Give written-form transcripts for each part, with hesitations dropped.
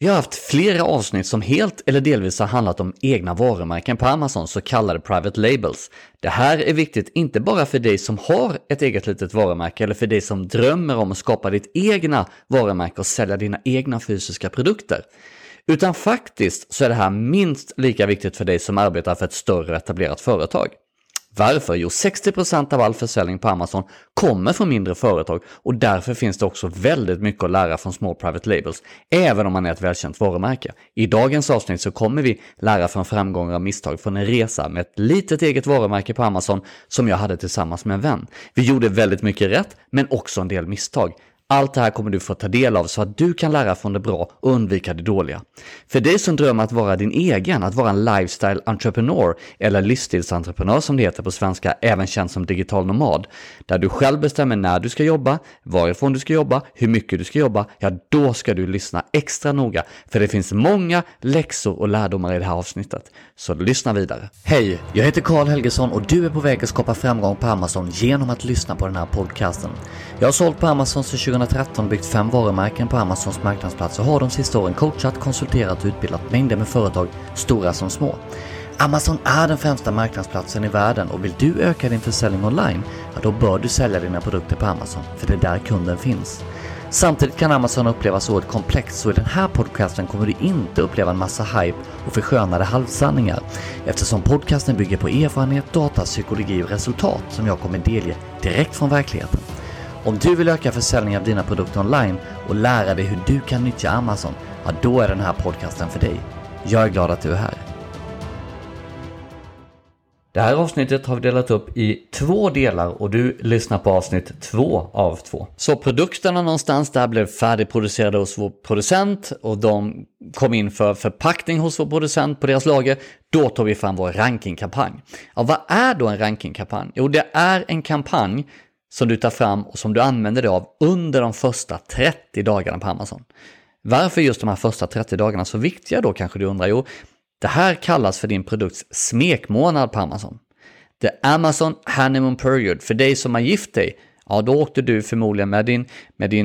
Jag har haft flera avsnitt som helt eller delvis har handlat om egna varumärken på Amazon, så kallade private labels. Det här är viktigt inte bara för dig som har ett eget litet varumärke eller för dig som drömmer om att skapa ditt egna varumärke och sälja dina egna fysiska produkter. Utan faktiskt så är det här minst lika viktigt för dig som arbetar för ett större etablerat företag. Varför? Jo, 60% av all försäljning på Amazon kommer från mindre företag och därför finns det också väldigt mycket att lära från små private labels, även om man är ett välkänt varumärke. I dagens avsnitt så kommer vi lära från framgångar och misstag från en resa med ett litet eget varumärke på Amazon som jag hade tillsammans med en vän. Vi gjorde väldigt mycket rätt, men också en del misstag. Allt det här kommer du få ta del av så att du kan lära från det bra och undvika det dåliga. För dig som drömmer att vara din egen, att vara en lifestyle entreprenör eller livsstilsentreprenör som det heter på svenska, även känd som digital nomad, där du själv bestämmer när du ska jobba, varifrån du ska jobba, hur mycket du ska jobba, ja då ska du lyssna extra noga, för det finns många läxor och lärdomar i det här avsnittet. Så lyssna vidare. Hej, jag heter Carl Helgesson och du är på väg att skapa framgång på Amazon genom att lyssna på den här podcasten. Jag har sålt på Amazon sedan 2013, byggt 5 varumärken på Amazons marknadsplats och har de sista åren coachat, konsulterat och utbildat mängder med företag, stora som små. Amazon är den främsta marknadsplatsen i världen och vill du öka din försäljning online, ja då bör du sälja dina produkter på Amazon, för det är där kunden finns. Samtidigt kan Amazon upplevas så komplext, så i den här podcasten kommer du inte uppleva en massa hype och förskönade halvsanningar, eftersom podcasten bygger på erfarenhet, data, psykologi och resultat som jag kommer delge direkt från verkligheten. Om du vill öka försäljning av dina produkter online och lära dig hur du kan nyttja Amazon, ja då är den här podcasten för dig. Jag är glad att du är här. Det här avsnittet har vi delat upp i 2 delar och du lyssnar på avsnitt 2 av 2. Så produkterna någonstans där blev färdigproducerade hos vår producent och de kom in för förpackning hos vår producent på deras lager. Då tar vi fram vår rankingkampanj. Ja, vad är då en rankingkampanj? Jo, det är en kampanj som du tar fram och som du använder dig av under de första 30 dagarna på Amazon. Varför just de här första 30 dagarna så viktiga då, kanske du undrar? Jo, det här kallas för din produkts smekmånad på Amazon. The Amazon Honeymoon Period. För dig som har gift dig, ja då åkte du förmodligen med din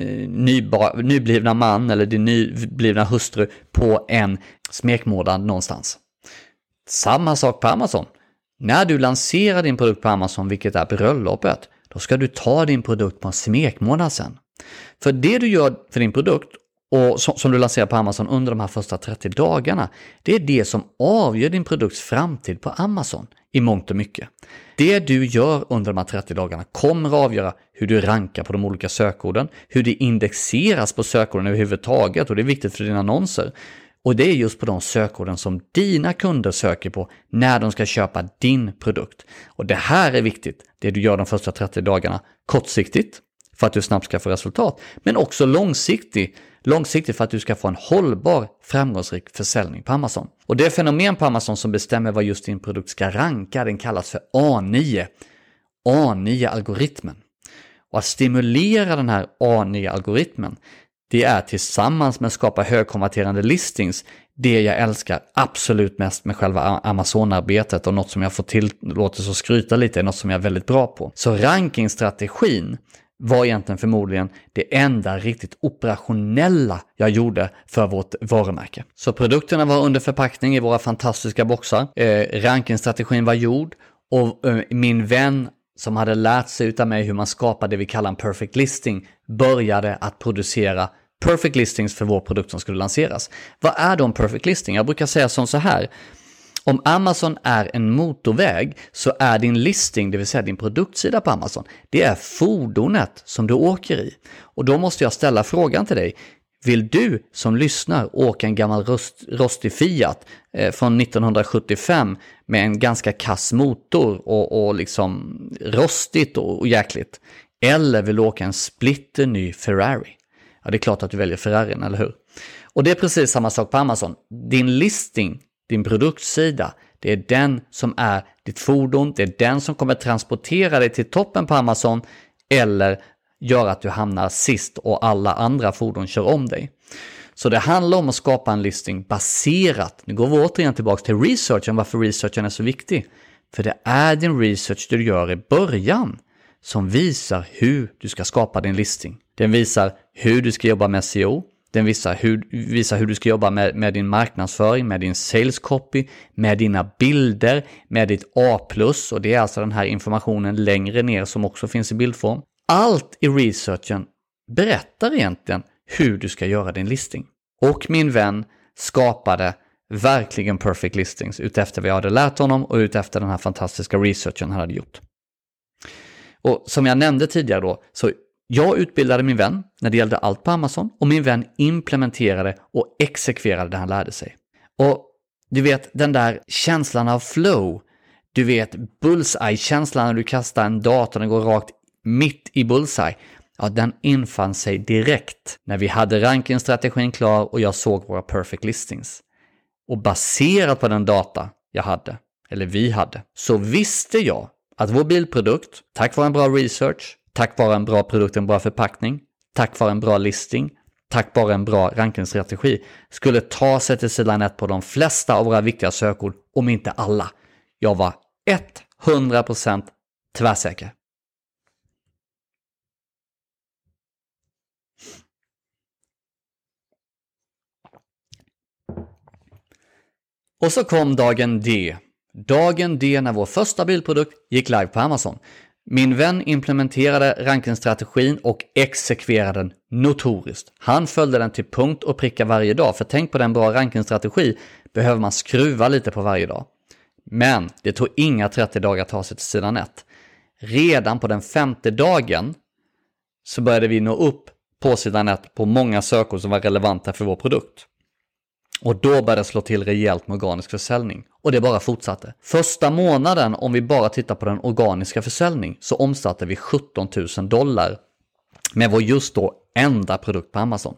nyblivna man eller din nyblivna hustru på en smekmånad någonstans. Samma sak på Amazon. När du lanserar din produkt på Amazon, vilket är bröllopet, då ska du ta din produkt på en smekmånad sen. För det du gör för din produkt och som du lanserar på Amazon under de här första 30 dagarna, det är det som avgör din produkts framtid på Amazon i mångt och mycket. Det du gör under de här 30 dagarna kommer att avgöra hur du rankar på de olika sökorden, hur det indexeras på sökorden överhuvudtaget, och det är viktigt för dina annonser. Och det är just på de sökorden som dina kunder söker på när de ska köpa din produkt. Och det här är viktigt, det du gör de första 30 dagarna, kortsiktigt för att du snabbt ska få resultat, men också långsiktigt för att du ska få en hållbar, framgångsrik försäljning på Amazon. Och det fenomen på Amazon som bestämmer vad just din produkt ska ranka, den kallas för A9-algoritmen. Och att stimulera den här A9-algoritmen, det är tillsammans med att skapa högkonverterande listings det jag älskar absolut mest med själva Amazon-arbetet, och något som jag får tillåtelse att skryta lite är något som jag är väldigt bra på. Så rankingstrategin var egentligen förmodligen det enda riktigt operationella jag gjorde för vårt varumärke. Så produkterna var under förpackning i våra fantastiska boxar. Rankingstrategin var gjord och min vän som hade lärt sig utav mig hur man skapar det vi kallar en perfect listing började att producera perfect listings för vår produkt som skulle lanseras. Vad är då en perfect listing? Jag brukar säga som så här: om Amazon är en motorväg så är din listing, det vill säga din produktsida på Amazon, det är fordonet som du åker i. Och då måste jag ställa frågan till dig: vill du som lyssnar åka en gammal rostig Fiat från 1975 med en ganska kass motor och liksom rostigt och jäkligt? Eller vill du åka en splitterny Ferrari? Ja, det är klart att du väljer Ferrarin, eller hur? Och det är precis samma sak på Amazon. Din listing, din produktsida, det är den som är ditt fordon, det är den som kommer transportera dig till toppen på Amazon eller gör att du hamnar sist och alla andra fordon kör om dig. Så det handlar om att skapa en listing baserat, nu går vi återigen tillbaka till researchen, varför researchen är så viktig. För det är din research du gör i början som visar hur du ska skapa din listing. Den visar hur du ska jobba med SEO, Den visar hur du ska jobba med din marknadsföring, med din sales copy, med dina bilder, med ditt A+, och det är alltså den här informationen längre ner som också finns i bildform. Allt i researchen berättar egentligen hur du ska göra din listing. Och min vän skapade verkligen perfect listings utefter vad jag hade lärt honom och utefter den här fantastiska researchen han hade gjort. Och som jag nämnde tidigare då, så jag utbildade min vän när det gällde allt på Amazon, och min vän implementerade och exekverade det han lärde sig. Och du vet den där känslan av flow, du vet bullseye-känslan när du kastar en dator och den går rakt mitt i bullseye. Ja, den infann sig direkt när vi hade rankingstrategin klar och jag såg våra perfect listings. Och baserat på den data jag hade, eller vi hade, så visste jag att vår bilprodukt, tack vare en bra research, tack vare en bra produkt, en bra förpackning, tack vare en bra listing, tack vare en bra rankingstrategi, skulle ta sig till sidan 1 på de flesta av våra viktiga sökord, om inte alla. Jag var 100% tvärsäker. Och så kom dagen D. Dagen D när vår första bilprodukt gick live på Amazon. Min vän implementerade rankingstrategin och exekverade den notoriskt. Han följde den till punkt och pricka varje dag. För tänk på den bra rankingstrategi behöver man skruva lite på varje dag. Men det tog inga 30 dagar att ta sig till sidan 1. Redan på den 5:e dagen så började vi nå upp på sidan 1 på många sökord som var relevanta för vår produkt. Och då började det slå till rejält med organisk försäljning. Och det bara fortsatte. Första månaden, om vi bara tittar på den organiska försäljning, så omsatte vi $17,000 med vår just då enda produkt på Amazon.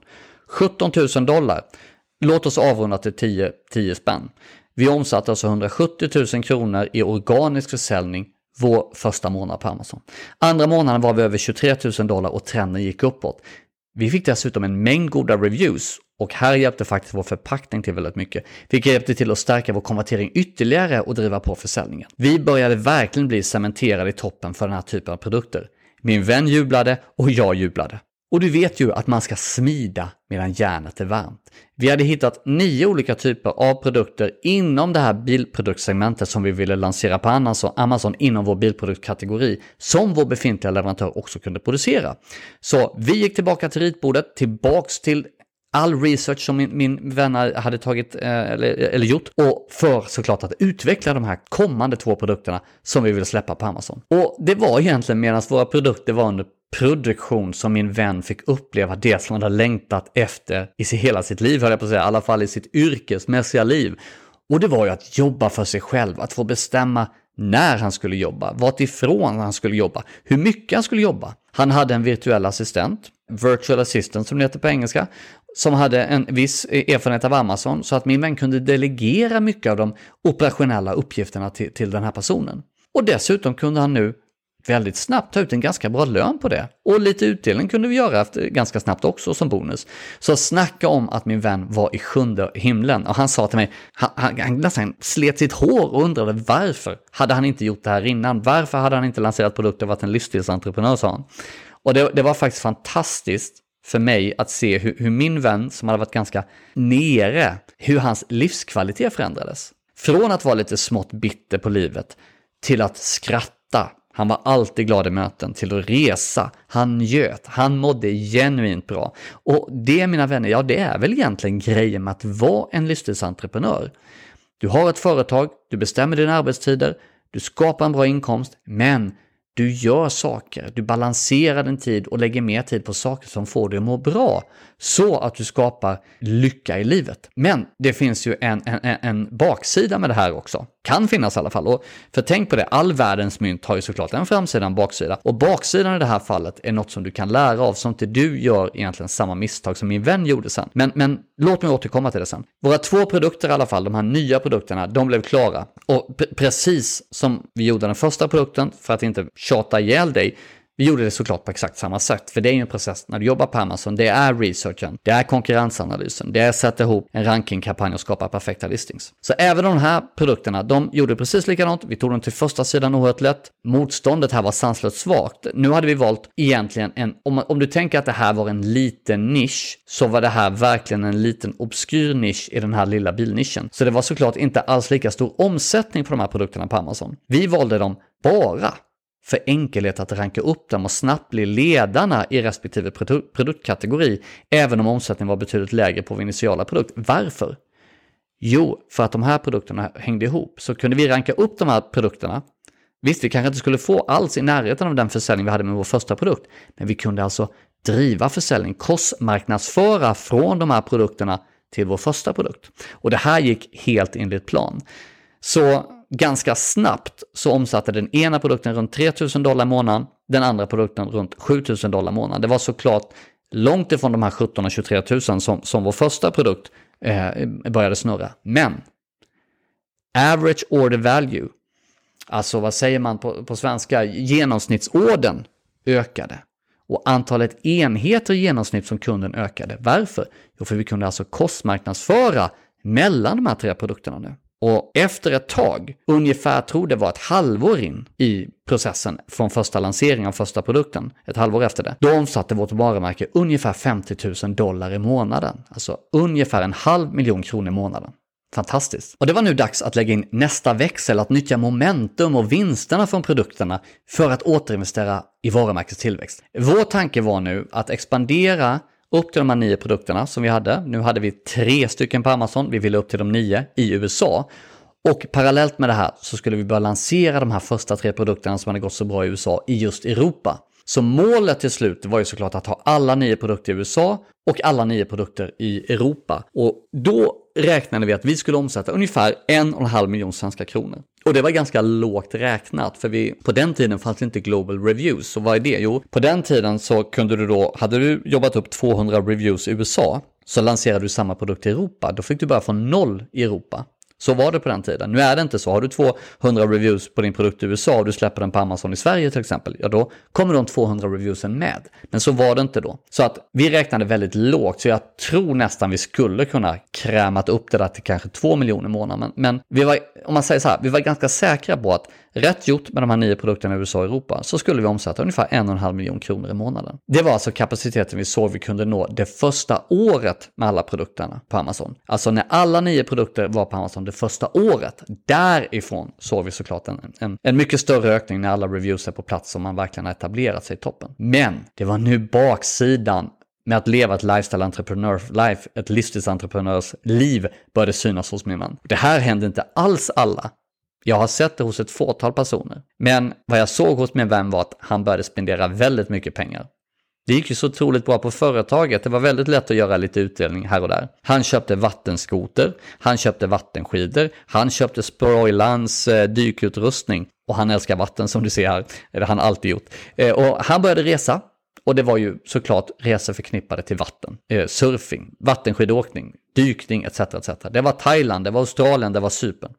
$17,000. Låt oss avrunda till 10 spänn. Vi omsatte alltså 170 000 kronor i organisk försäljning vår första månad på Amazon. Andra månaden var vi över $23,000 och trenden gick uppåt. Vi fick dessutom en mängd goda reviews. Och här hjälpte faktiskt vår förpackning till väldigt mycket. Vilket hjälpte till att stärka vår konvertering ytterligare och driva på försäljningen. Vi började verkligen bli cementerade i toppen för den här typen av produkter. Min vän jublade och jag jublade. Och du vet ju att man ska smida medan järnet är varmt. Vi hade hittat 9 olika typer av produkter inom det här bilproduktsegmentet som vi ville lansera på Amazon inom vår bilproduktkategori, som vår befintliga leverantör också kunde producera. Så vi gick tillbaka till ritbordet, tillbaks till all research som min vänner hade tagit eller gjort, och för såklart att utveckla de här kommande 2 produkterna som vi vill släppa på Amazon. Och det var egentligen medan våra produkter var under produktion som min vän fick uppleva det som han hade längtat efter i hela sitt liv, höll jag på att säga, i alla fall i sitt yrkesmässiga liv. Och det var ju att jobba för sig själv, att få bestämma när han skulle jobba, vart ifrån han skulle jobba, hur mycket han skulle jobba. Han hade en virtuell assistent, virtual assistant som det heter på engelska, som hade en viss erfarenhet av Amazon, så att min vän kunde delegera mycket av de operationella uppgifterna till den här personen. Och dessutom kunde han nu väldigt snabbt ta ut en ganska bra lön på det. Och lite utdelning kunde vi göra ganska snabbt också som bonus. Så snacka om att min vän var i 7:e himlen. Och han sa till mig, han nästan slet sitt hår och undrade varför hade han inte gjort det här innan. Varför hade han inte lanserat produkter och varit en livsstilsentreprenör, sa han. Och det var faktiskt fantastiskt för mig att se hur min vän, som hade varit ganska nere, hur hans livskvalitet förändrades. Från att vara lite smått bitter på livet till att skratta. Han var alltid glad i möten, till att resa. Han njöt. Han mådde genuint bra. Och det, mina vänner, ja, det är väl egentligen grejen med att vara en livsstilsentreprenör. Du har ett företag, du bestämmer dina arbetstider, du skapar en bra inkomst, men du gör saker, du balanserar din tid och lägger mer tid på saker som får dig att må bra, så att du skapar lycka i livet. Men det finns ju en baksida med det här också. Kan finnas i alla fall. Och för tänk på det, all världens mynt har ju såklart en framsida och en baksida. Och baksidan i det här fallet är något som du kan lära av, som inte du gör egentligen samma misstag som min vän gjorde sen. Men låt mig återkomma till det sen. Våra 2 produkter i alla fall, de här nya produkterna, de blev klara. Och precis som vi gjorde den första produkten, för att inte tjata ihjäl dig, Vi gjorde det såklart på exakt samma sätt, för det är ju en process när du jobbar på Amazon. Det är researchen, det är konkurrensanalysen, det är att sätta ihop en rankingkampanj och skapa perfekta listings. Så även de här produkterna, de gjorde precis likadant. Vi tog dem till första sidan oerhört lätt. Motståndet här var sanslöst svagt. Nu hade vi valt egentligen om du tänker att det här var en liten nisch, så var det här verkligen en liten obskyr nisch i den här lilla bilnischen. Så det var såklart inte alls lika stor omsättning på de här produkterna på Amazon. Vi valde dem bara för enkelhet att ranka upp dem och snabbt bli ledarna i respektive produktkategori, även om omsättningen var betydligt lägre på vår initiala produkt. Varför? Jo, för att de här produkterna hängde ihop. Så kunde vi ranka upp de här produkterna. Visst, vi kanske inte skulle få alls i närheten av den försäljning vi hade med vår första produkt, men vi kunde alltså driva försäljning, korsmarknadsföra från de här produkterna till vår första produkt. Och det här gick helt enligt plan. Så ganska snabbt så omsatte den ena produkten runt $3,000 i månaden, den andra produkten runt $7,000 i månaden. Det var såklart långt ifrån de här 17 och 23 000 som vår första produkt började snurra. Men average order value, alltså vad säger man på svenska, genomsnittsorden ökade. Och antalet enheter i genomsnitt som kunden ökade. Varför? Jo, för vi kunde alltså korsmarknadsföra mellan de här tre produkterna nu. Och efter ett tag, ungefär tror det var ett halvår in i processen från första lanseringen av första produkten, ett halvår efter det, då omsatte vårt varumärke ungefär $50,000 i månaden. Alltså ungefär $500,000 i månaden. Fantastiskt. Och det var nu dags att lägga in nästa växel, att nyttja momentum och vinsterna från produkterna för att återinvestera i varumärkets tillväxt. Vår tanke var nu att expandera upp till de här 9 produkterna som vi hade. Nu hade vi 3 stycken på Amazon, vi ville upp till de 9 i USA. Och parallellt med det här så skulle vi börja lansera de här första 3 produkterna som hade gått så bra i USA i just Europa. Så målet till slut var ju såklart att ha alla 9 produkter i USA och alla 9 produkter i Europa. Och då räknade vi att vi skulle omsätta ungefär 1,5 miljon svenska kronor. Och det var ganska lågt räknat, för på den tiden fanns inte global reviews. Så vad är det? Jo, på den tiden så kunde du då, hade du jobbat upp 200 reviews i USA, så lanserade du samma produkt i Europa. Då fick du bara från 0 i Europa. Så var det på den tiden. Nu är det inte så. Har du 200 reviews på din produkt i USA och du släpper den på Amazon i Sverige till exempel, ja då kommer de 200 reviewsen med. Men så var det inte då. Så att vi räknade väldigt lågt, så jag tror nästan vi skulle kunna krämat upp det där till kanske 2 miljoner i månaden. Men vi var, om man säger så här, vi var ganska säkra på att rätt gjort med de här 9 produkterna i USA och Europa så skulle vi omsätta ungefär 1,5 miljon kronor i månaden. Det var alltså kapaciteten vi såg vi kunde nå det första året med alla produkterna på Amazon. Alltså när alla 9 produkter var på Amazon det första året, därifrån såg vi såklart en mycket större ökning när alla reviews är på plats som man verkligen har etablerat sig i toppen. Men det var nu baksidan med att leva ett lifestyle entrepreneur life, ett livsstilsentreprenörs liv började synas hos min vän. Det här hände inte alls alla. Jag har sett det hos ett fåtal personer. Men vad jag såg hos min vän var att han började spendera väldigt mycket pengar. Det gick ju så otroligt bra på företaget. Det var väldigt lätt att göra lite utdelning här och där. Han köpte vattenskoter, han köpte vattenskidor, han köpte Sproilans dykutrustning. Och han älskar vatten som du ser här. Det har han alltid gjort. Och han började resa. Och det var ju såklart resor förknippade till vatten. Surfing, vattenskidåkning, dykning etc. etc. Det var Thailand, det var Australien, det var Cypern.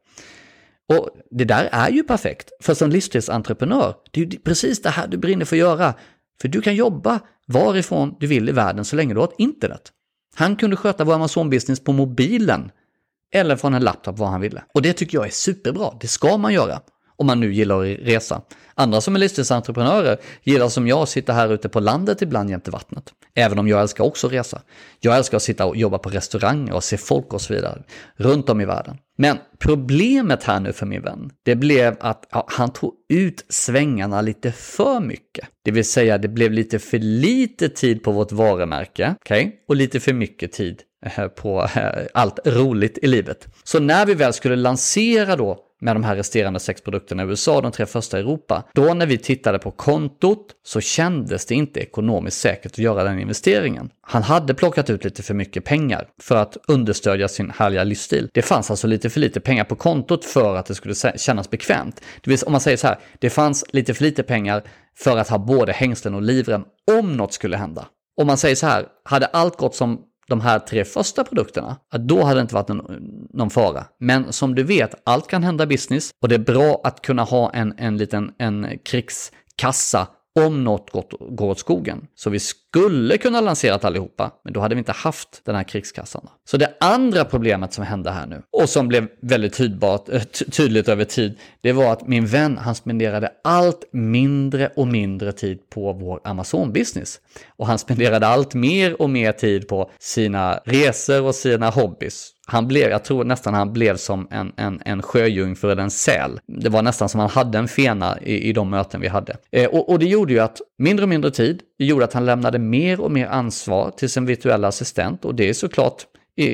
Och det där är ju perfekt. För som livsstilsentreprenör, det är ju precis det här du brinner för att göra. För du kan jobba varifrån du vill i världen så länge du har ett internet. Han kunde sköta vår Amazon-business på mobilen eller från en laptop vad han ville. Och det tycker jag är superbra. Det ska man göra om man nu gillar att resa. Andra som är livsstilsentreprenörer gillar som jag att sitta här ute på landet ibland jämte vattnet. Även om jag älskar också resa. Jag älskar att sitta och jobba på restauranger och se folk och så vidare runt om i världen. Men problemet här nu för min vän, det blev att han tog ut svängarna lite för mycket. Det vill säga det blev lite för lite tid på vårt varumärke, och lite för mycket tid på allt roligt i livet. Så när vi väl skulle lansera då med de här resterande 6 produkterna i USA, de 3 första i Europa, då när vi tittade på kontot så kändes det inte ekonomiskt säkert att göra den investeringen. Han hade plockat ut lite för mycket pengar för att understödja sin härliga livsstil. Det fanns alltså lite för lite pengar på kontot för att det skulle kännas bekvämt. Det vill säga, om man säger så här, det fanns lite för lite pengar för att ha både hängslen och livrem om något skulle hända. Om man säger så här, hade allt gått som de här 3 första produkterna, då hade det inte varit någon fara. Men som du vet, allt kan hända i business och det är bra att kunna ha en krigskassa om något går åt skogen. Så vi skulle kunna lansera allihopa, men då hade vi inte haft den här krigskassan. Så det andra problemet som hände här nu, och som blev väldigt tydligt över tid, det var att min vän, han spenderade allt mindre och mindre tid på vår Amazon-business. Och han spenderade allt mer och mer tid på sina resor och sina hobbys. Jag tror nästan han blev som en sjöjungfru eller en säl. Det var nästan som han hade en fena i de möten vi hade. Och det gjorde ju att mindre och mindre tid, det gjorde att han lämnade mer och mer ansvar till sin virtuella assistent. Och det är såklart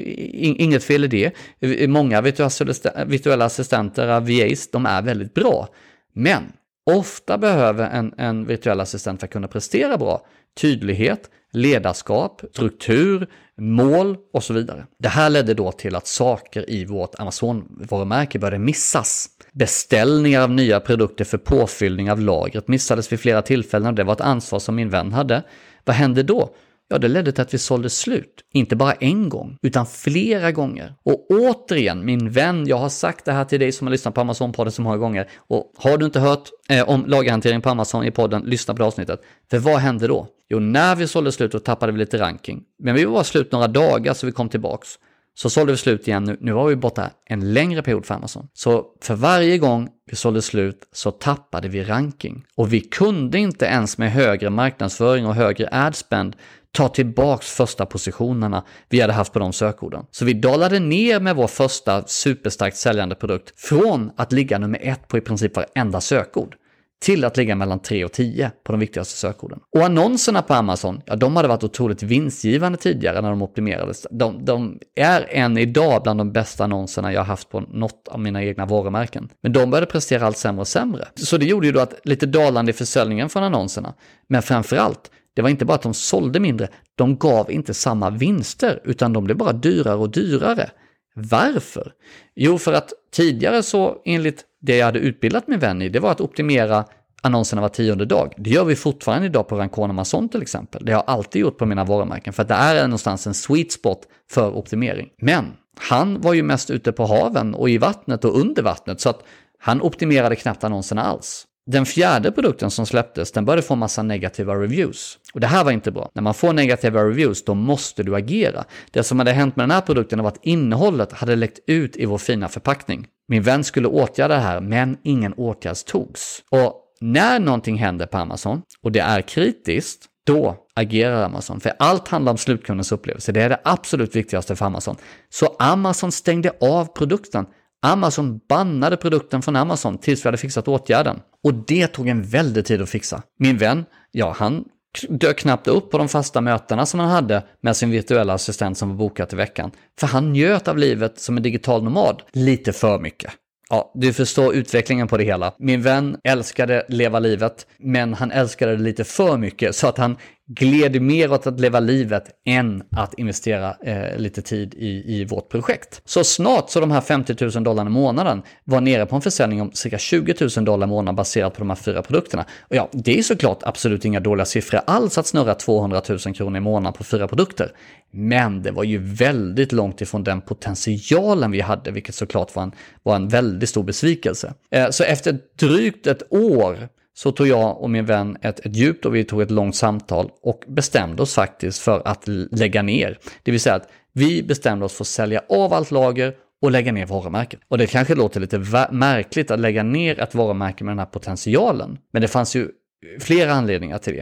inget fel i det. Många virtuella assistenter, VAs, de är väldigt bra. Men ofta behöver en virtuell assistent för att kunna prestera bra tydlighet, ledarskap, struktur, mål och så vidare. Det här ledde då till att saker i vårt Amazon-varumärke började missas. Beställningar av nya produkter för påfyllning av lagret missades vid flera tillfällen och det var ett ansvar som min vän hade. Vad hände då? Ja, det ledde till att vi sålde slut. Inte bara en gång, utan flera gånger. Och återigen, min vän, jag har sagt det här till dig som har lyssnat på Amazon-podden så många gånger. Och har du inte hört om lagerhantering på Amazon i podden, lyssna på det avsnittet. För vad hände då? Jo, när vi sålde slut och tappade vi lite ranking. Men vi var slut några dagar så vi kom tillbaks. Så sålde vi slut igen. Nu var vi borta en längre period för Amazon. Så för varje gång vi sålde slut så tappade vi ranking. Och vi kunde inte ens med högre marknadsföring och högre adspend ta tillbaks första positionerna vi hade haft på de sökorden. Så vi dalade ner med vår första superstarkt säljande produkt från att ligga nummer 1 på i princip varenda sökord till att ligga mellan 3 och 10 på de viktigaste sökorden. Och annonserna på Amazon, ja, de hade varit otroligt vinstgivande tidigare när de optimerades. De är än idag bland de bästa annonserna jag har haft på något av mina egna varumärken. Men de började prestera allt sämre och sämre. Så det gjorde ju då att lite dalande i försäljningen från annonserna. Men framförallt, det var inte bara att de sålde mindre, de gav inte samma vinster utan de blev bara dyrare och dyrare. Varför? Jo, för att tidigare så enligt det jag hade utbildat min vän i, det var att optimera annonserna var 10:e dag. Det gör vi fortfarande idag på Rankon Amazon till exempel. Det har jag alltid gjort på mina varumärken för att det är någonstans en sweet spot för optimering. Men han var ju mest ute på haven och i vattnet och under vattnet så att han optimerade knappt annonserna alls. Den fjärde produkten som släpptes, den började få massa negativa reviews. Och det här var inte bra. När man får negativa reviews, då måste du agera. Det som hade hänt med den här produkten var att innehållet hade läckt ut i vår fina förpackning. Min vän skulle åtgärda det här, men ingen åtgärd togs. Och när någonting händer på Amazon, och det är kritiskt, då agerar Amazon. För allt handlar om slutkundens upplevelse. Det är det absolut viktigaste för Amazon. Så Amazon stängde av produkten. Amazon bannade produkten från Amazon tills vi hade fixat åtgärden. Och det tog en väldigt tid att fixa. Min vän, ja, han dök knappt upp på de fasta mötena som han hade med sin virtuella assistent som var bokat i veckan. För han njöt av livet som en digital nomad lite för mycket. Ja, du förstår utvecklingen på det hela. Min vän älskade leva livet, men han älskade det lite för mycket så att han gled mer åt att leva livet än att investera lite tid i vårt projekt. Så snart så de här $50,000 i månaden var nere på en försäljning om cirka $20,000 i månaden baserat på de här 4 produkterna. Och ja, det är såklart absolut inga dåliga siffror alls att snurra 200 000 kronor i månaden på 4 produkter. Men det var ju väldigt långt ifrån den potentialen vi hade, vilket såklart var en väldigt stor besvikelse. Så efter drygt ett år så tog jag och min vän ett djupt och vi tog ett långt samtal och bestämde oss faktiskt för att lägga ner. Det vill säga att vi bestämde oss för att sälja av allt lager och lägga ner varumärket. Och det kanske låter lite märkligt att lägga ner ett varumärke med den här potentialen. Men det fanns ju flera anledningar till det.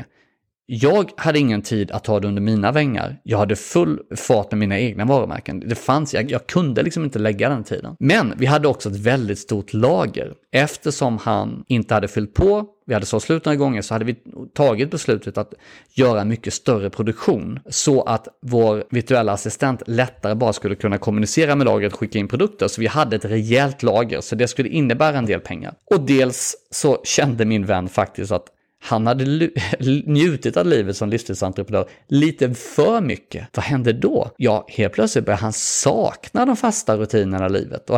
Jag hade ingen tid att ta det under mina vängar. Jag hade full fart med mina egna varumärken. Jag kunde liksom inte lägga den tiden. Men vi hade också ett väldigt stort lager. Eftersom han inte hade fyllt på, vi hade så slut några gånger, så hade vi tagit beslutet att göra en mycket större produktion. Så att vår virtuella assistent lättare bara skulle kunna kommunicera med lagret och skicka in produkter. Så vi hade ett rejält lager, så det skulle innebära en del pengar. Och dels så kände min vän faktiskt att han hade njutit av livet som livsstilsentreprenör lite för mycket. Vad hände då? Ja, helt plötsligt började han sakna de fasta rutinerna i livet.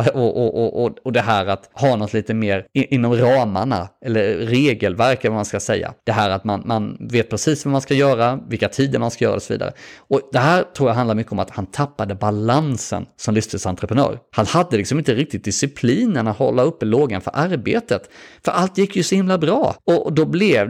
Och det här att ha något lite mer inom ramarna, eller regelverk vad man ska säga. Det här att man vet precis vad man ska göra, vilka tider man ska göra och så vidare. Och det här tror jag handlar mycket om att han tappade balansen som livsstilsentreprenör. Han hade liksom inte riktigt disciplinen att hålla uppe lågan för arbetet. För allt gick ju så himla bra. Och då blev det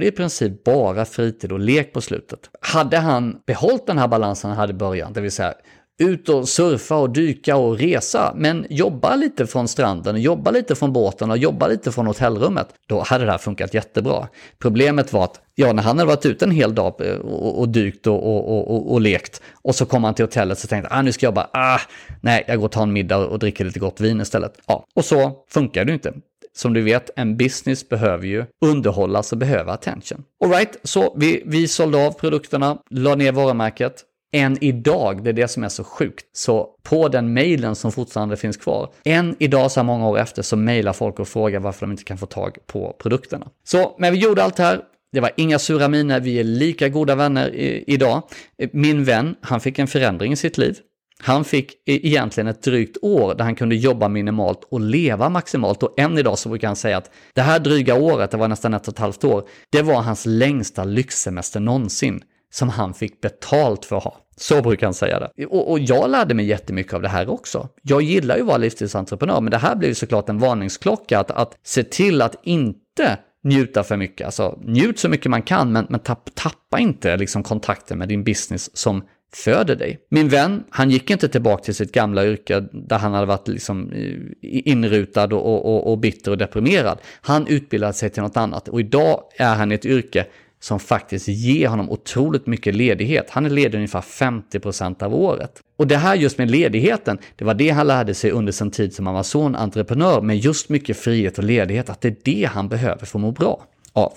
i princip bara fritid och lek på slutet. Hade han behållit den här balansen han hade i början, det vill säga ut och surfa och dyka och resa, men jobba lite från stranden, jobba lite från båten och jobba lite från hotellrummet, då hade det här funkat jättebra. Problemet var att när han hade varit ute en hel dag och dykt och lekt, och så kom han till hotellet så tänkte han, nu ska jag jobba, nej, jag går och tar en middag och dricker lite gott vin istället. Ja, och så funkar det inte. Som du vet, en business behöver ju underhållas och behöver attention. All right, så vi sålde av produkterna, la ner varumärket. Än idag, det är det som är så sjukt. Så på den mailen som fortfarande finns kvar, än idag så här många år efter, så mailar folk och frågar varför de inte kan få tag på produkterna. Så, men vi gjorde allt det här. Det var inga sura miner, vi är lika goda vänner idag. Min vän, han fick en förändring i sitt liv. Han fick egentligen ett drygt år där han kunde jobba minimalt och leva maximalt. Och än idag så brukar han säga att det här dryga året, det var nästan 1,5 år, det var hans längsta lyxsemester någonsin som han fick betalt för att ha. Så brukar han säga det. Och jag lärde mig jättemycket av det här också. Jag gillar ju att vara livsstilsentreprenör, men det här blev ju såklart en varningsklocka att se till att inte njuta för mycket. Alltså njut så mycket man kan, men tappa inte liksom kontakten med din business som föder dig. Min vän, han gick inte tillbaka till sitt gamla yrke där han hade varit liksom inrutad och bitter och deprimerad. Han utbildade sig till något annat och idag är han i ett yrke som faktiskt ger honom otroligt mycket ledighet. Han är ledig ungefär 50% av året. Och det här just med ledigheten, det var det han lärde sig under sin tid som Amazon-entreprenör, med just mycket frihet och ledighet, att det är det han behöver för att må bra av.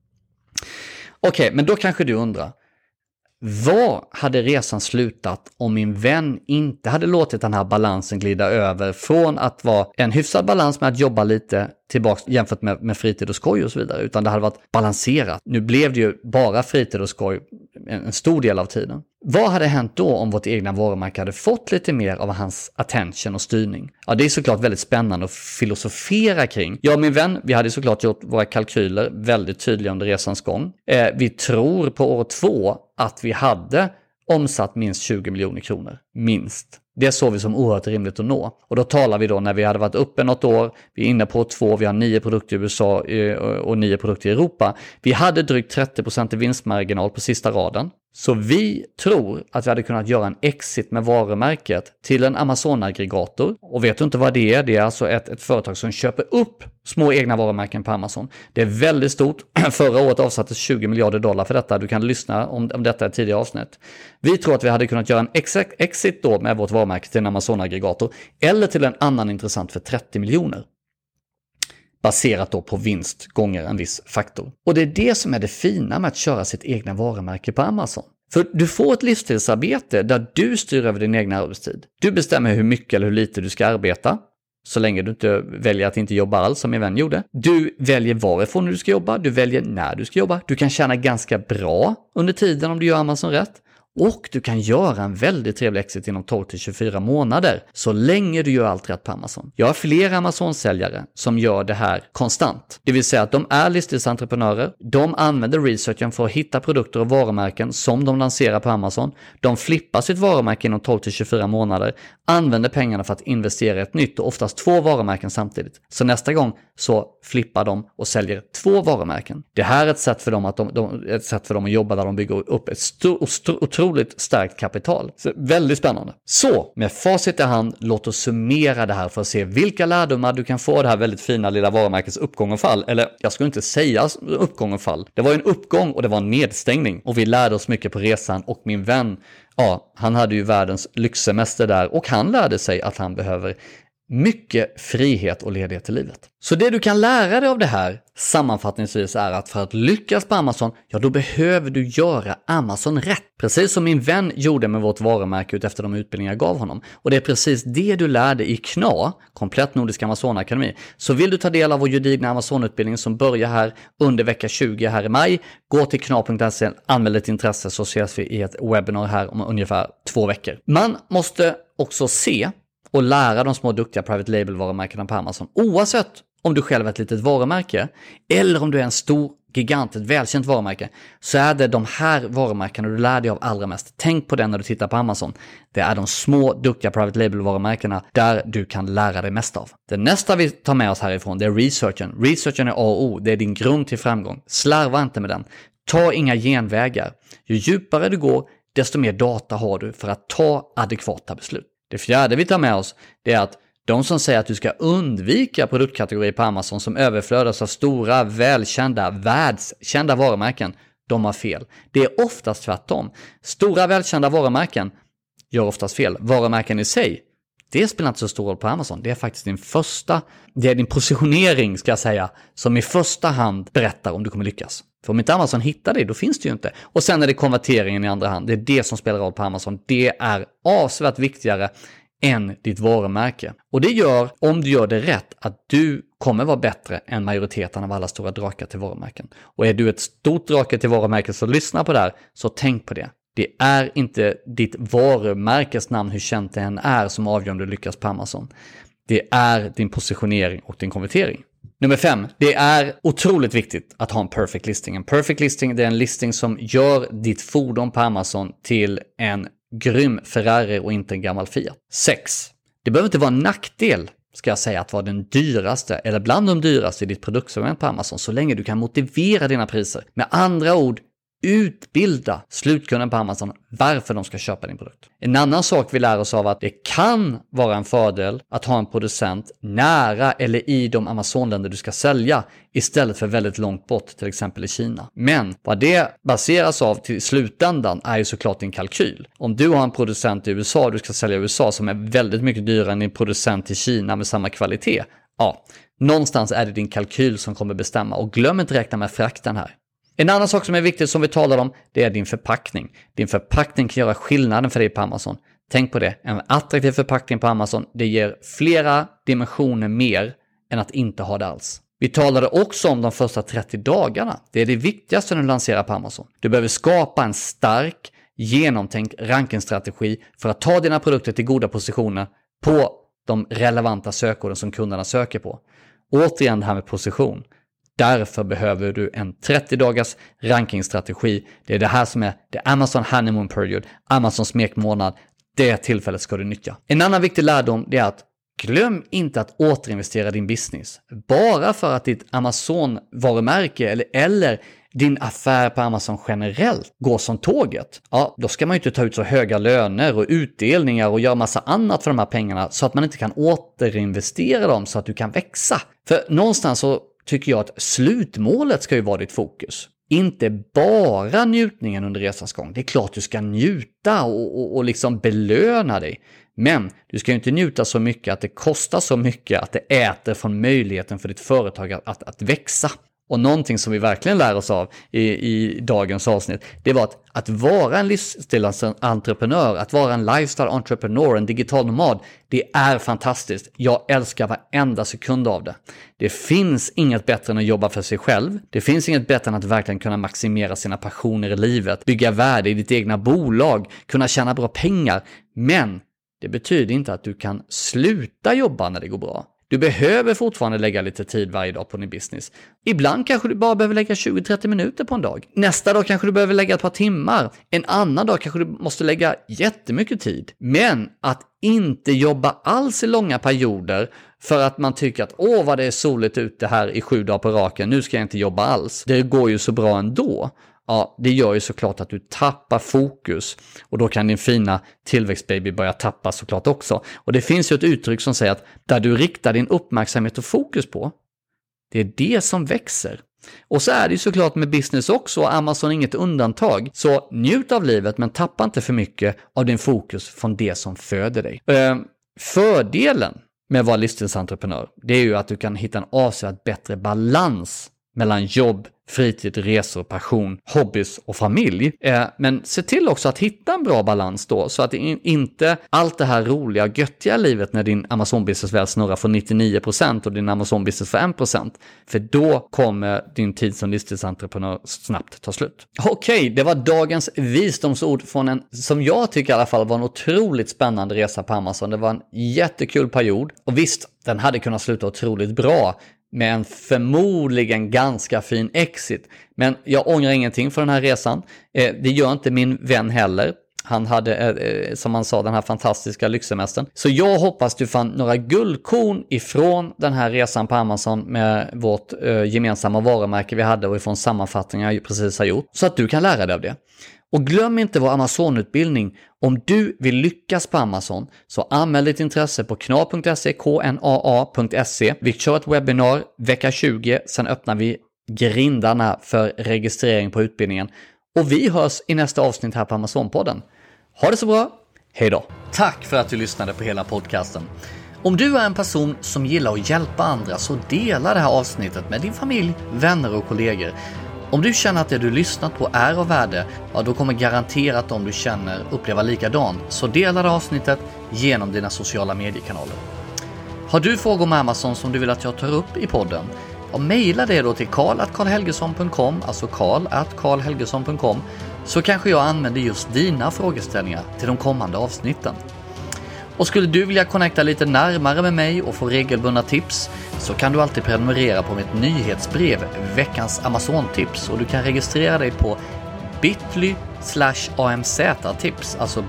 Okej, men då kanske du undrar, vad hade resan slutat om min vän inte hade låtit den här balansen glida över från att vara en hyfsad balans med att jobba lite tillbaka jämfört med fritid och skoj och så vidare, utan det hade varit balanserat. Nu blev det ju bara fritid och skoj en stor del av tiden. Vad hade hänt då om vårt egna varumärke hade fått lite mer av hans attention och styrning? Ja, det är såklart väldigt spännande att filosofera kring. Jag och min vän, vi hade såklart gjort våra kalkyler väldigt tydliga under resans gång. Vi tror på år 2 att vi hade omsatt minst 20 miljoner kronor. Minst. Det såg vi som oerhört rimligt att nå. Och då talar vi då när vi hade varit uppe något år, vi är inne på 2, vi har 9 produkter i USA och 9 produkter i Europa. Vi hade drygt 30% i vinstmarginal på sista raden. Så vi tror att vi hade kunnat göra en exit med varumärket till en Amazon-aggregator. Och vet du inte vad det är? Det är alltså ett företag som köper upp små egna varumärken på Amazon. Det är väldigt stort. Förra året avsattes $20 miljarder för detta. Du kan lyssna om detta i tidigare avsnitt. Vi tror att vi hade kunnat göra en exit då med vårt varumärke till en Amazon-aggregator eller till en annan intressant för 30 miljoner. Baserat då på vinst gånger en viss faktor. Och det är det som är det fina med att köra sitt egna varumärke på Amazon. För du får ett livsstilsarbete där du styr över din egna arbetstid. Du bestämmer hur mycket eller hur lite du ska arbeta. Så länge du inte väljer att inte jobba alls som min vän gjorde. Du väljer varifrån du ska jobba. Du väljer när du ska jobba. Du kan tjäna ganska bra under tiden om du gör Amazon rätt. Och du kan göra en väldigt trevlig exit inom 12-24 månader så länge du gör allt rätt på Amazon. Jag har flera Amazon-säljare som gör det här konstant. Det vill säga att de är livsstilsentreprenörer. De använder researchen för att hitta produkter och varumärken som de lanserar på Amazon. De flippar sitt varumärke inom 12-24 månader. Använder pengarna för att investera i ett nytt och oftast 2 varumärken samtidigt. Så nästa gång så flippar de och säljer 2 varumärken. Det här är ett sätt för dem att jobba där de bygger upp ett otroligt starkt kapital. Så väldigt spännande. Så, med facit i hand, låt oss summera det här för att se vilka lärdomar du kan få av det här väldigt fina lilla varumärkets uppgång och fall. Eller, jag skulle inte säga uppgång och fall. Det var en uppgång och det var en nedstängning. Och vi lärde oss mycket på resan och min vän, ja, han hade ju världens lyxsemester där och han lärde sig att han behöver mycket frihet och ledighet i livet. Så det du kan lära dig av det här sammanfattningsvis är att för att lyckas på Amazon, ja då behöver du göra Amazon rätt. Precis som min vän gjorde med vårt varumärke ut efter de utbildningar jag gav honom. Och det är precis det du lärde i KNA, Komplett Nordisk Amazon Akademi. Så vill du ta del av vår gedigna Amazon-utbildning som börjar här under vecka 20 här i maj, gå till kna.se, anmäl ditt intresse så ses vi i ett webbinar här om ungefär 2 veckor. Man måste också se och lära de små duktiga private label varumärkena på Amazon. Oavsett om du själv är ett litet varumärke eller om du är en stor gigant, ett välkänt varumärke, så är det de här varumärkena du lär dig av allra mest. Tänk på det när du tittar på Amazon. Det är de små, duktiga private label-varumärkena där du kan lära dig mest av. Det nästa vi tar med oss härifrån, det är researchen. Researchen är A och O, det är din grund till framgång. Slarva inte med den. Ta inga genvägar. Ju djupare du går, desto mer data har du för att ta adekvata beslut. Det fjärde vi tar med oss, det är att de som säger att du ska undvika produktkategorier på Amazon som överflödas av stora, välkända, världskända varumärken, de har fel. Det är oftast tvärtom. Stora, välkända varumärken gör oftast fel. Varumärken i sig, det spelar inte så stor roll på Amazon. Det är faktiskt din positionering, ska jag säga, som i första hand berättar om du kommer lyckas. För om inte Amazon hittar det, då finns det ju inte. Och sen är det konverteringen i andra hand. Det är det som spelar roll på Amazon. Det är avsevärt viktigare än ditt varumärke. Och det gör, om du gör det rätt, att du kommer vara bättre än majoriteten av alla stora drakar till varumärken. Och är du ett stort drake till varumärken, så lyssna på det här, så tänk på det. Det är inte ditt varumärkes namn, hur känt det än är, som avgör om du lyckas på Amazon. Det är din positionering och din konvertering. Nummer 5. Det är otroligt viktigt att ha en perfect listing. En perfect listing, det är en listing som gör ditt fordon på Amazon till en grym Ferrari och inte en gammal Fiat. 6. Det behöver inte vara en nackdel, ska jag säga, att vara den dyraste eller bland de dyraste i ditt produktsegment på Amazon, så länge du kan motivera dina priser. Med andra ord, utbilda slutkunden på Amazon varför de ska köpa din produkt. En annan sak vi lär oss av att det kan vara en fördel att ha en producent nära eller i de Amazonländer du ska sälja istället för väldigt långt bort, till exempel i Kina. Men vad det baseras av till slutändan är ju såklart din kalkyl. Om du har en producent i USA och du ska sälja i USA som är väldigt mycket dyrare än en producent i Kina med samma kvalitet, ja, någonstans är det din kalkyl som kommer bestämma, och glöm inte räkna med frakten här. En annan sak som är viktig som vi talar om, det är din förpackning. Din förpackning kan göra skillnaden för dig på Amazon. Tänk på det. En attraktiv förpackning på Amazon, det ger flera dimensioner mer än att inte ha det alls. Vi talade också om de första 30 dagarna. Det är det viktigaste när du lanserar på Amazon. Du behöver skapa en stark, genomtänkt rankingstrategi för att ta dina produkter till goda positioner på de relevanta sökorden som kunderna söker på. Återigen det här med position. Därför behöver du en 30-dagars rankingstrategi. Det är det här som är the Amazon Honeymoon Period, Amazon smekmånad. Det tillfället ska du nyttja. En annan viktig lärdom är att glöm inte att återinvestera din business. Bara för att ditt Amazon-varumärke eller din affär på Amazon generellt går som tåget, ja, då ska man ju inte ta ut så höga löner och utdelningar och göra massa annat för de här pengarna så att man inte kan återinvestera dem så att du kan växa. För någonstans så tycker jag att slutmålet ska ju vara ditt fokus. Inte bara njutningen under resans gång. Det är klart du ska njuta och liksom belöna dig. Men du ska ju inte njuta så mycket att det kostar så mycket att det äter från möjligheten för ditt företag att växa. Och någonting som vi verkligen lär oss av i dagens avsnitt, det var att vara en livsstilsentreprenör, att vara en lifestyle-entreprenör, en digital nomad, det är fantastiskt. Jag älskar varenda sekund av det. Det finns inget bättre än att jobba för sig själv. Det finns inget bättre än att verkligen kunna maximera sina passioner i livet, bygga värde i ditt egna bolag, kunna tjäna bra pengar. Men det betyder inte att du kan sluta jobba när det går bra. Du behöver fortfarande lägga lite tid varje dag på din business. Ibland kanske du bara behöver lägga 20-30 minuter på en dag. Nästa dag kanske du behöver lägga ett par timmar. En annan dag kanske du måste lägga jättemycket tid. Men att inte jobba alls i långa perioder för att man tycker att vad det är soligt ute här i 7 dagar på raken, nu ska jag inte jobba alls. Det går ju så bra ändå. Ja, det gör ju såklart att du tappar fokus, och då kan din fina tillväxtbaby börja tappa såklart också. Och det finns ju ett uttryck som säger att där du riktar din uppmärksamhet och fokus på, det är det som växer. Och så är det ju såklart med business också, och Amazon är inget undantag. Så njut av livet, men tappa inte för mycket av din fokus från det som föder dig. Fördelen med att vara livsstilsentreprenör, det är ju att du kan hitta en avsevärt bättre balans mellan jobb, fritid, resor, passion, hobbys och familj. Men se till också att hitta en bra balans då, så att inte allt det här roliga, göttiga livet när din Amazon-business väl snurrar för 99% och din Amazon-business för 1%. För då kommer din tid som livsstilsentreprenör snabbt ta slut. Okej, det var dagens visdomsord från en, som jag tycker i alla fall var en otroligt spännande resa på Amazon. Det var en jättekul period. Och visst, den hade kunnat sluta otroligt bra. med en förmodligen ganska fin exit. Men jag ångrar ingenting för den här resan. Det gör inte min vän heller. Han hade, som han sa, den här fantastiska lyxsemestern. Så jag hoppas du fann några guldkorn ifrån den här resan på Amazon med vårt gemensamma varumärke vi hade och ifrån sammanfattningar jag precis har gjort. Så att du kan lära dig av det. Och glöm inte vår Amazon-utbildning. Om du vill lyckas på Amazon så anmäl ditt intresse på knaa.se. Vi kör ett webbinar vecka 20, sen öppnar vi grindarna för registrering på utbildningen. Och vi hörs i nästa avsnitt här på Amazon-podden. Ha det så bra, hej då! Tack för att du lyssnade på hela podcasten. Om du är en person som gillar att hjälpa andra så dela det här avsnittet med din familj, vänner och kollegor. Om du känner att det du lyssnat på är av värde, ja, då kommer garanterat de du känner uppleva likadant. Så dela det avsnittet genom dina sociala mediekanaler. Har du frågor om Amazon som du vill att jag tar upp i podden? Och mejla det då till karl@karlhelgesson.com, alltså karl@karlhelgesson.com, så kanske jag använder just dina frågeställningar till de kommande avsnitten. Och skulle du vilja connecta lite närmare med mig och få regelbundna tips så kan du alltid prenumerera på mitt nyhetsbrev, veckans Amazon-tips, och du kan registrera dig på bit.ly/amz-tips, alltså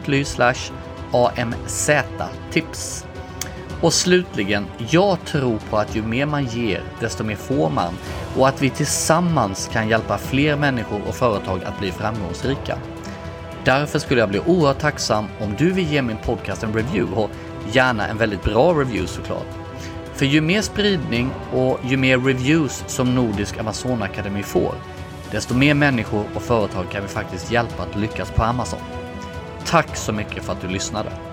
bit.ly/amz-tips. Och slutligen, jag tror på att ju mer man ger, desto mer får man, och att vi tillsammans kan hjälpa fler människor och företag att bli framgångsrika. Därför skulle jag bli oerhört tacksam om du vill ge min podcast en review, och gärna en väldigt bra review såklart. För ju mer spridning och ju mer reviews som Nordisk Amazon Akademi får, desto mer människor och företag kan vi faktiskt hjälpa att lyckas på Amazon. Tack så mycket för att du lyssnade.